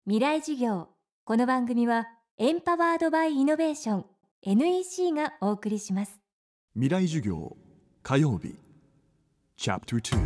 未来事業。この番組はエンパワードバイイノベーション NEC がお送りします。 未来授業火曜日チャプター2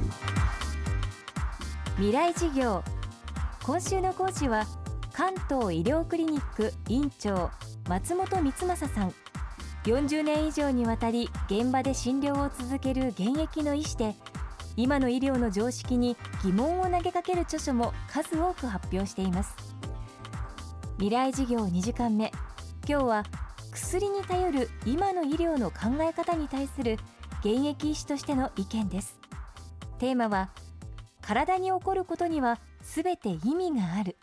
未来事業。今週の講師は関東医療クリニック院長松本光正さん。40年以上にわたり現場で診療を続ける現役の医師で、今の医療の常識に疑問を投げかける著書も数多く発表しています。未来事業2時間目、今日は薬に頼る今の医療の考え方に対する現役医師としての意見です。テーマは、体に起こることには全て意味がある。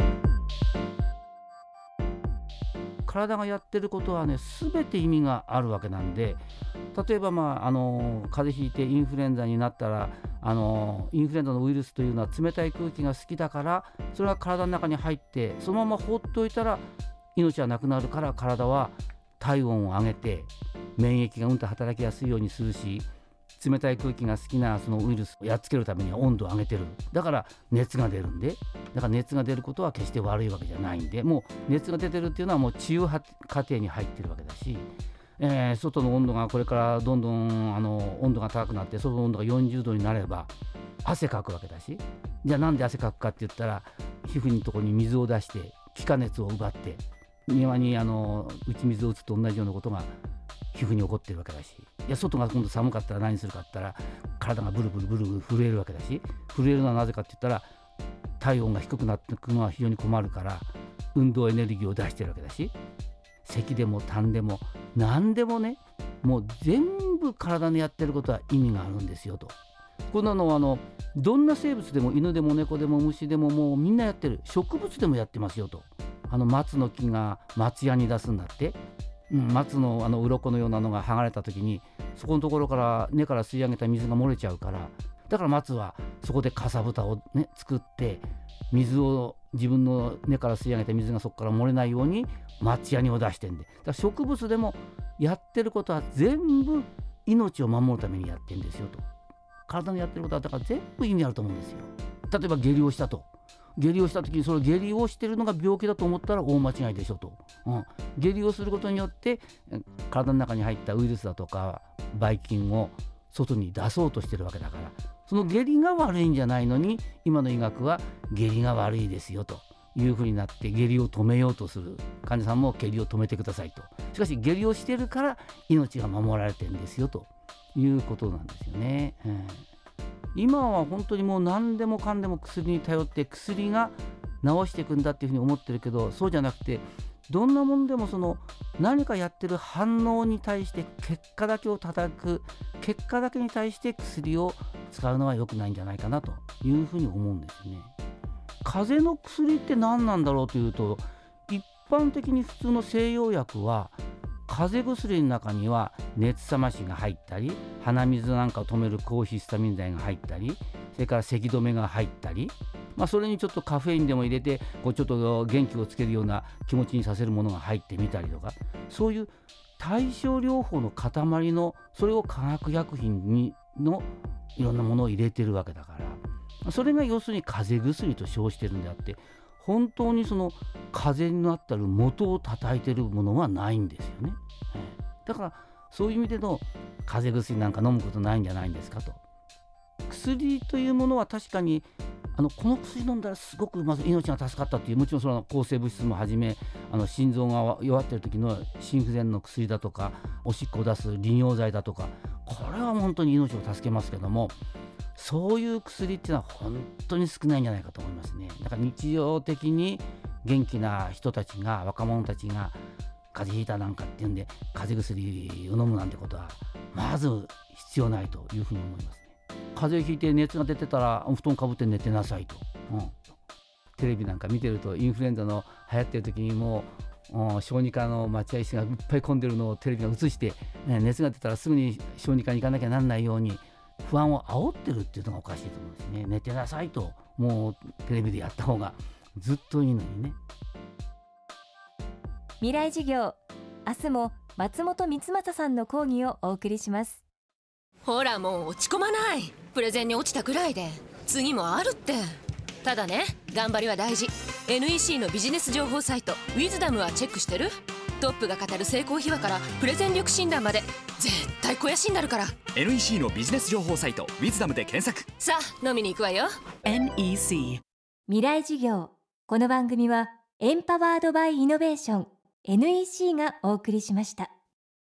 体がやってることはね、全て意味があるわけなんで、例えば、風邪ひいてインフルエンザになったら、インフルエンザのウイルスというのは冷たい空気が好きだから、それが体の中に入ってそのまま放っておいたら命はなくなるから、体は体温を上げて免疫がうんと働きやすいようにするし、冷たい空気が好きなそのウイルスをやっつけるためには温度を上げてる。だから熱が出るんで、だから熱が出ることは決して悪いわけじゃないんで、もう熱が出てるっていうのはもう治癒過程に入ってるわけだし、外の温度がこれからどんどん温度が高くなって、外の温度が40度になれば汗かくわけだし、じゃあなんで汗かくかって言ったら、皮膚のところに水を出して気化熱を奪って庭に打ち水を打つと同じようなことが皮膚に起こってるわけだし、いや外が今度寒かったら何するかって言ったら、体がブルブルブルブル震えるわけだし、震えるのはなぜかって言ったら、体温が低くなっていくのは非常に困るから運動エネルギーを出してるわけだし、咳でも痰でも何でもね、もう全部体のやってることは意味があるんですよと。こんなのはどんな生物でも、犬でも猫でも虫でも、もうみんなやってる。植物でもやってますよと。松の木が松ヤニ出すんだって、松の鱗のようなのが剥がれた時に、そこのところから根から吸い上げた水が漏れちゃうから、だから松はそこでかさぶたを、作って水を、自分の根から吸い上げた水がそこから漏れないように松ヤニを出してんで、だから植物でもやってることは全部命を守るためにやってんですよと。体のやってることはだから全部意味あると思うんですよ。例えば下痢をしたと、下痢をした時にその下痢をしてるのが病気だと思ったら大間違いでしょと、下痢をすることによって体の中に入ったウイルスだとかばい菌を外に出そうとしてるわけだから、その下痢が悪いんじゃないのに、今の医学は下痢が悪いですよというふうになって、下痢を止めようとする患者さんも下痢を止めてくださいと。しかし下痢をしてるから命が守られてるんですよということなんですよね。今は本当にもう何でもかんでも薬に頼って、薬が治していくんだっていうふうに思ってるけど、そうじゃなくて、どんなものでもその何かやってる反応に対して結果だけを叩く、結果だけに対して薬を使うのは良くないんじゃないかなというふうに思うんですよね。風邪の薬って何なんだろうというと、一般的に普通の西洋薬は風邪薬の中には熱冷ましが入ったり、鼻水なんかを止める抗ヒスタミン剤が入ったり、それから咳止めが入ったり、それにちょっとカフェインでも入れてちょっと元気をつけるような気持ちにさせるものが入ってみたりとか、そういう対症療法の塊の、それを化学薬品のいろんなものを入れてるわけだから、それが要するに風邪薬と称してるんであって、本当にその風邪になったる元を叩いてるものはないんですよね。だからそういう意味での風邪薬なんか飲むことないんじゃないんですかと。薬というものは確かにこの薬飲んだらすごくまず命が助かったっていう、もちろんその抗生物質もはじめ、心臓が弱っている時の心不全の薬だとか、おしっこを出す利尿剤だとか、これは本当に命を助けますけども、そういう薬っていうのは本当に少ないんじゃないかと思いますね。だから日常的に元気な人たちが、若者たちが風邪ひいたなんかっていうんで風邪薬を飲むなんてことはまず必要ないというふうに思いますね。風邪ひいて熱が出てたら布団かぶって寝てなさいと、テレビなんか見てると、インフルエンザの流行ってる時にも小児科の待合室がいっぱい混んでるのをテレビが映して、熱が出たらすぐに小児科に行かなきゃなんないように不安を煽ってるっていうのがおかしいと思うんですね。寝てなさいと、もうテレビでやった方がずっといいのにね。 未来事業、明日も松本光正さんの講義をお送りします。 ほらもう落ち込まない。プレゼンに落ちたくらいで次もあるって。ただね、頑張りは大事。 NEC のビジネス情報サイトウィズダムはチェックしてる？トップが語る成功秘話からプレゼン力診断まで絶対肥やしになるから。 NEC のビジネス情報サイトウィズダムで検索。 さあ飲みに行くわよ。 NEC 未来事業。この番組はエンパワードバイイノベーション NEC がお送りしました。